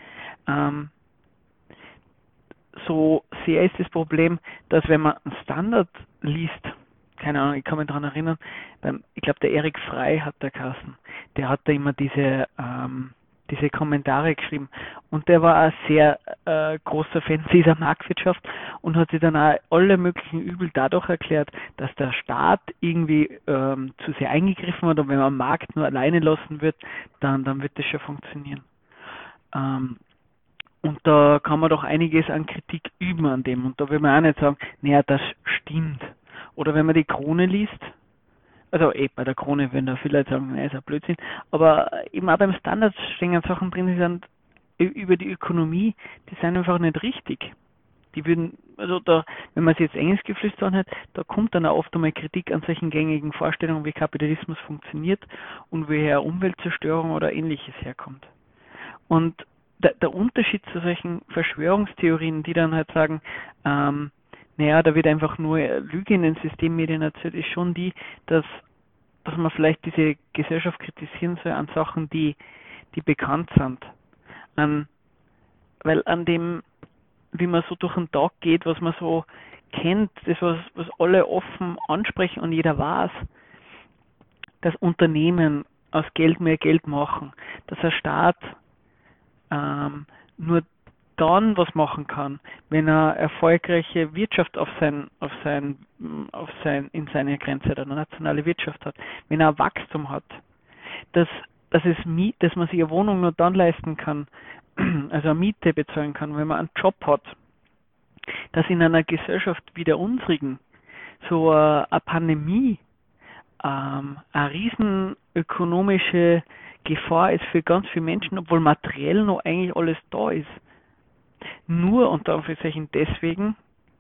So sehr ist das Problem, dass wenn man einen Standard liest, keine Ahnung, ich kann mich daran erinnern, ich glaube der Erik Frey hat der geheißen, der hat da immer diese Kommentare geschrieben und der war ein sehr großer Fan dieser Marktwirtschaft und hat sich dann auch alle möglichen Übel dadurch erklärt, dass der Staat irgendwie zu sehr eingegriffen hat und wenn man den Markt nur alleine lassen wird, dann wird das schon funktionieren. Und da kann man doch einiges an Kritik üben an dem. Und da will man auch nicht sagen, naja, das stimmt. Oder wenn man die Krone liest, also bei der Krone, wenn da viele Leute sagen, naja, ist ein Blödsinn, aber eben auch beim Standard stehen Sachen drin, die sind über die Ökonomie, die sind einfach nicht richtig. Die würden, also da, wenn man sich jetzt Engelsgeflüster anhört, da kommt dann auch oft einmal Kritik an solchen gängigen Vorstellungen, wie Kapitalismus funktioniert und woher Umweltzerstörung oder Ähnliches herkommt. Und der Unterschied zu solchen Verschwörungstheorien, die dann halt sagen, naja, da wird einfach nur Lüge in den Systemmedien erzählt, ist schon die, dass man vielleicht diese Gesellschaft kritisieren soll an Sachen, die bekannt sind. Weil an dem, wie man so durch den Tag geht, was man so kennt, das was alle offen ansprechen und jeder weiß, dass Unternehmen aus Geld mehr Geld machen, dass ein Staat nur dann was machen kann, wenn er erfolgreiche Wirtschaft in seiner Grenze hat, eine nationale Wirtschaft hat, wenn er Wachstum hat, dass man sich eine Wohnung nur dann leisten kann, also eine Miete bezahlen kann, wenn man einen Job hat, dass in einer Gesellschaft wie der unsrigen so eine Pandemie eine riesen ökonomische Gefahr ist für ganz viele Menschen, obwohl materiell noch eigentlich alles da ist. Nur unter Anführungszeichen deswegen,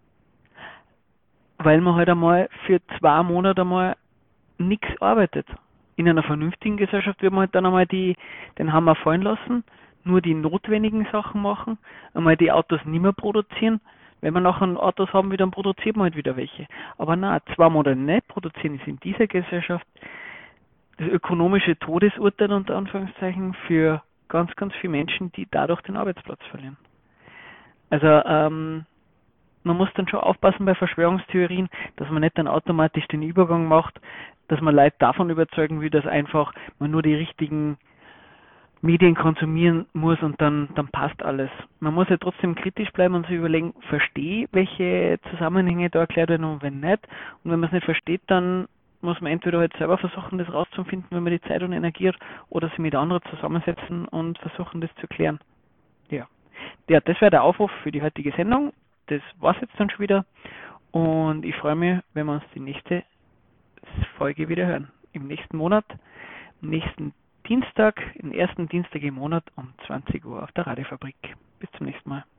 weil man halt einmal für 2 Monate einmal nichts arbeitet. In einer vernünftigen Gesellschaft wird man halt dann einmal den Hammer fallen lassen, nur die notwendigen Sachen machen, einmal die Autos nicht mehr produzieren. Wenn wir nachher Autos haben, dann produziert man halt wieder welche. Aber nein, 2 Monate nicht produzieren ist in dieser Gesellschaft das ökonomische Todesurteil unter Anführungszeichen für ganz, ganz viele Menschen, die dadurch den Arbeitsplatz verlieren. Also man muss dann schon aufpassen bei Verschwörungstheorien, dass man nicht dann automatisch den Übergang macht, dass man Leute davon überzeugen will, dass einfach man nur die richtigen Medien konsumieren muss und dann passt alles. Man muss ja trotzdem kritisch bleiben und sich überlegen, verstehe, welche Zusammenhänge da erklärt werden und wenn nicht. Und wenn man es nicht versteht, dann muss man entweder halt selber versuchen, das rauszufinden, wenn man die Zeit und Energie hat, oder sich mit anderen zusammensetzen und versuchen, das zu klären. Ja, das wäre der Aufruf für die heutige Sendung. Das war's jetzt dann schon wieder. Und ich freue mich, wenn wir uns die nächste Folge wieder hören. Im nächsten Monat, am nächsten Dienstag, den ersten Dienstag im Monat um 20 Uhr auf der Radiofabrik. Bis zum nächsten Mal.